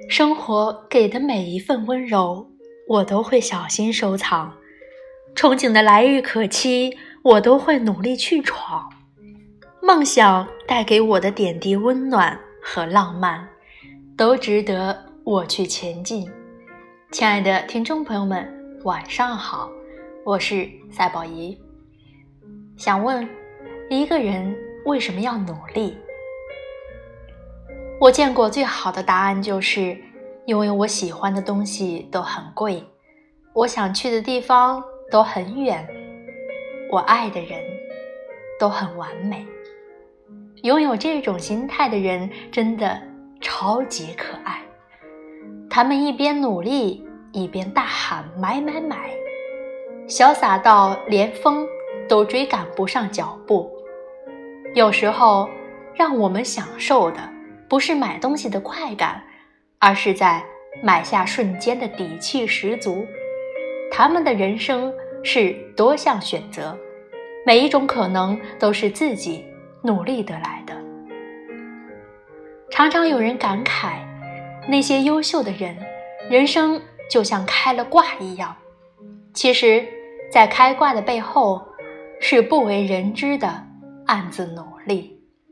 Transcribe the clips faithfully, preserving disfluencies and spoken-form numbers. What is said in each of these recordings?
生活给的每一份温柔，我都会小心收藏，憧憬的来日可期，我都会努力去闯。梦想带给我的点滴温暖和浪漫，都值得我去前进。亲爱的听众朋友们，晚上好，我是赛宝仪。想问，一个人为什么要努力？我见过最好的答案就是，因为我喜欢的东西都很贵，我想去的地方都很远，我爱的人都很完美。拥有这种心态的人真的超级可爱，他们一边努力一边大喊买买买，潇洒到连风都追赶不上脚步。有时候让我们享受的不是买东西的快感，而是在买下瞬间的底气十足。他们的人生是多项选择，每一种可能都是自己努力得来的。常常有人感慨，那些优秀的人，人生就像开了挂一样。其实，在开挂的背后，是不为人知的暗自努力。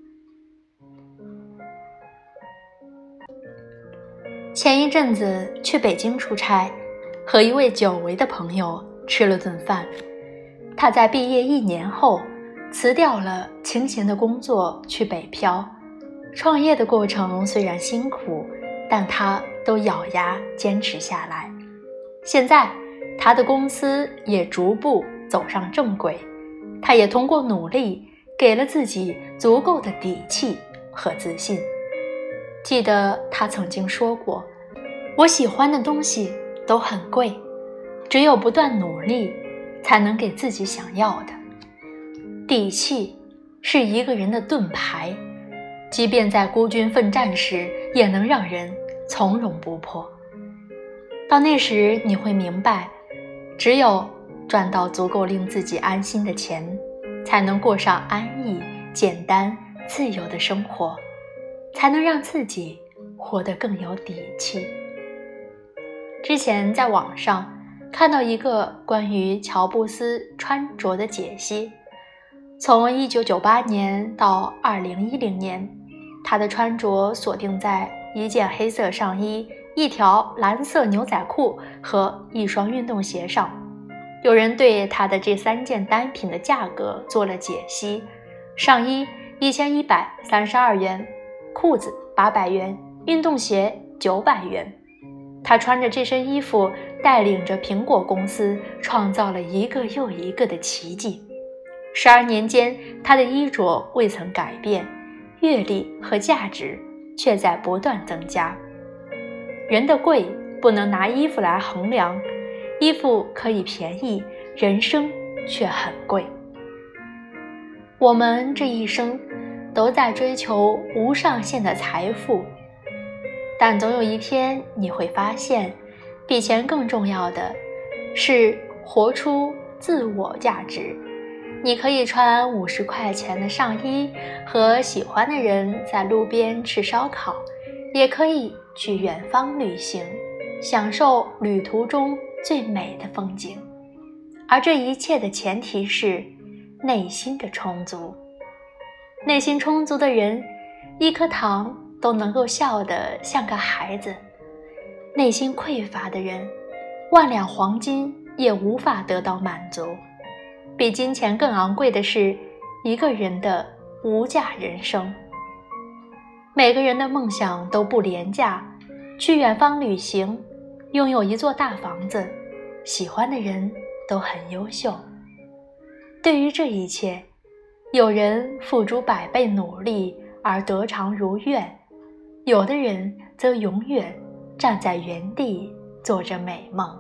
前一阵子去北京出差，和一位久违的朋友吃了顿饭。他在毕业一年后辞掉了清闲的工作去北漂，创业的过程虽然辛苦，但他都咬牙坚持下来。现在他的公司也逐步走上正轨，他也通过努力给了自己足够的底气和自信。记得他曾经说过，我喜欢的东西都很贵，只有不断努力才能给自己想要的。底气是一个人的盾牌，即便在孤军奋战时也能让人从容不迫。到那时你会明白，只有赚到足够令自己安心的钱，才能过上安逸、简单、自由的生活，才能让自己活得更有底气。之前在网上看到一个关于乔布斯穿着的解析，从一九九八年到二零一零年，他的穿着锁定在一件黑色上衣、一条蓝色牛仔裤和一双运动鞋上。有人对他的这三件单品的价格做了解析：上衣一千一百三十二元，裤子八百元，运动鞋九百元。他穿着这身衣服，带领着苹果公司创造了一个又一个的奇迹。十二年间，他的衣着未曾改变，阅历和价值却在不断增加。人的贵不能拿衣服来衡量，衣服可以便宜，人生却很贵。我们这一生都在追求无上限的财富，但总有一天你会发现，比钱更重要的是活出自我价值。你可以穿五十块钱的上衣，和喜欢的人在路边吃烧烤，也可以去远方旅行，享受旅途中最美的风景。而这一切的前提是内心的充足。内心充足的人，一颗糖都能够笑得像个孩子；内心匮乏的人，万两黄金也无法得到满足。比金钱更昂贵的是一个人的无价人生。每个人的梦想都不廉价，去远方旅行，拥有一座大房子，喜欢的人都很优秀。对于这一切，有人付诸百倍努力而得偿如愿，有的人则永远站在原地做着美梦。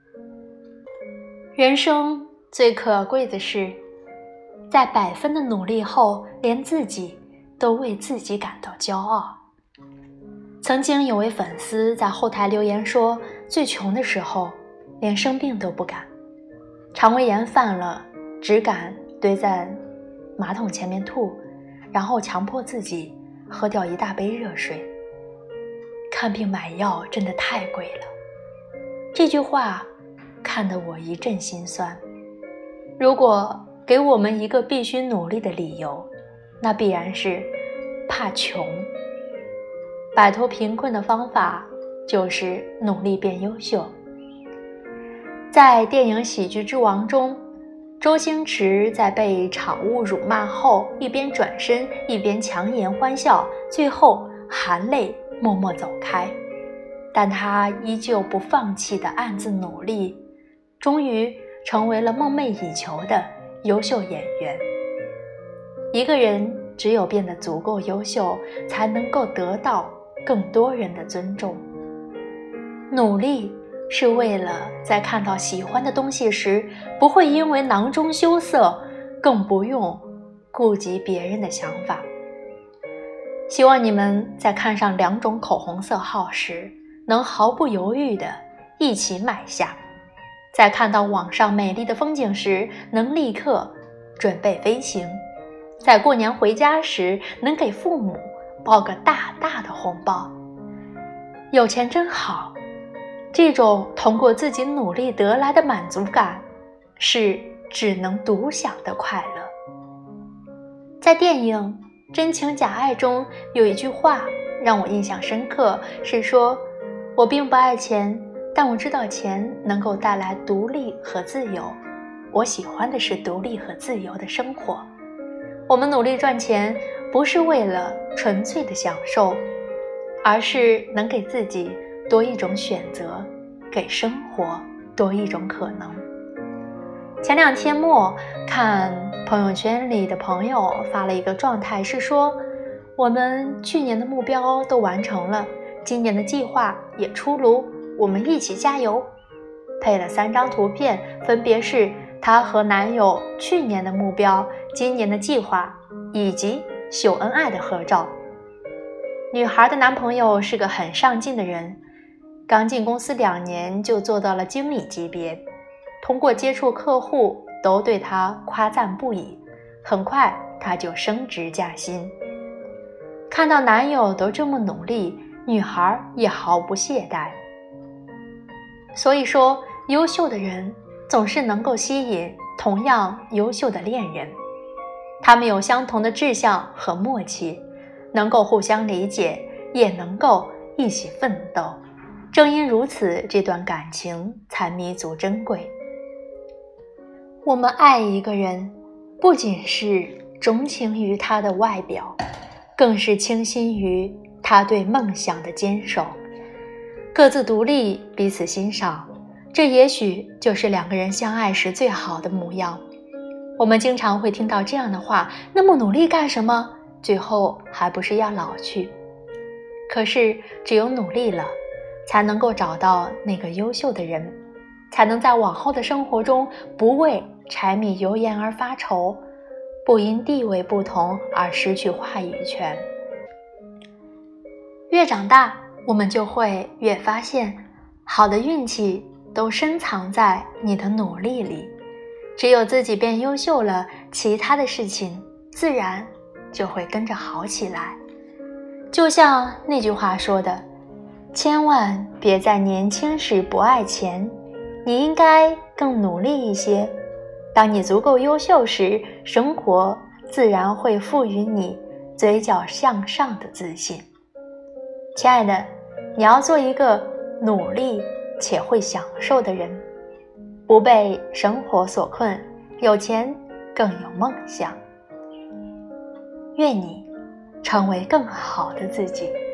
人生最可贵的是，在百分的努力后，连自己都为自己感到骄傲。曾经有位粉丝在后台留言说，最穷的时候连生病都不敢，肠胃炎犯了只敢堆在马桶前面吐，然后强迫自己喝掉一大杯热水。 看病买药真的太贵了。这句话看得我一阵心酸。如果给我们一个必须努力的理由，那必然是怕穷。摆脱贫困的方法就是努力变优秀。在电影《喜剧之王》中，周星驰在被场务辱骂后，一边转身一边强颜欢笑，最后含泪默默走开。但他依旧不放弃地暗自努力，终于成为了梦寐以求的优秀演员。一个人只有变得足够优秀，才能够得到更多人的尊重。努力是为了在看到喜欢的东西时，不会因为囊中羞涩，更不用顾及别人的想法。希望你们在看上两种口红色号时，能毫不犹豫地一起买下；在看到网上美丽的风景时，能立刻准备飞行；在过年回家时，能给父母包个大大的红包。有钱真好，这种通过自己努力得来的满足感，是只能独享的快乐。在电影《真情假爱》中有一句话让我印象深刻，是说，我并不爱钱，但我知道钱能够带来独立和自由。我喜欢的是独立和自由的生活。我们努力赚钱，不是为了纯粹的享受，而是能给自己多一种选择，给生活多一种可能。前两天末看朋友圈里的朋友发了一个状态，是说我们去年的目标都完成了，今年的计划也出炉，我们一起加油。配了三张图片，分别是她和男友去年的目标、今年的计划以及秀恩爱的合照。女孩的男朋友是个很上进的人，刚进公司两年就做到了经理级别，通过接触客户都对她夸赞不已，很快她就升职加薪。看到男友都这么努力，女孩也毫不懈怠。所以说，优秀的人总是能够吸引同样优秀的恋人，他们有相同的志向和默契，能够互相理解，也能够一起奋斗。正因如此，这段感情才弥足珍贵。我们爱一个人，不仅是钟情于他的外表，更是倾心于他对梦想的坚守。各自独立，彼此欣赏，这也许就是两个人相爱时最好的模样。我们经常会听到这样的话，那么努力干什么？最后还不是要老去。可是只有努力了，才能够找到那个优秀的人，才能在往后的生活中不为柴米油盐而发愁，不因地位不同而失去话语权。越长大，我们就会越发现，好的运气都深藏在你的努力里。只有自己变优秀了，其他的事情自然就会跟着好起来。就像那句话说的，千万别在年轻时不爱钱，你应该更努力一些。当你足够优秀时，生活自然会赋予你嘴角向上的自信。亲爱的，你要做一个努力且会享受的人，不被生活所困，有钱更有梦想。愿你成为更好的自己。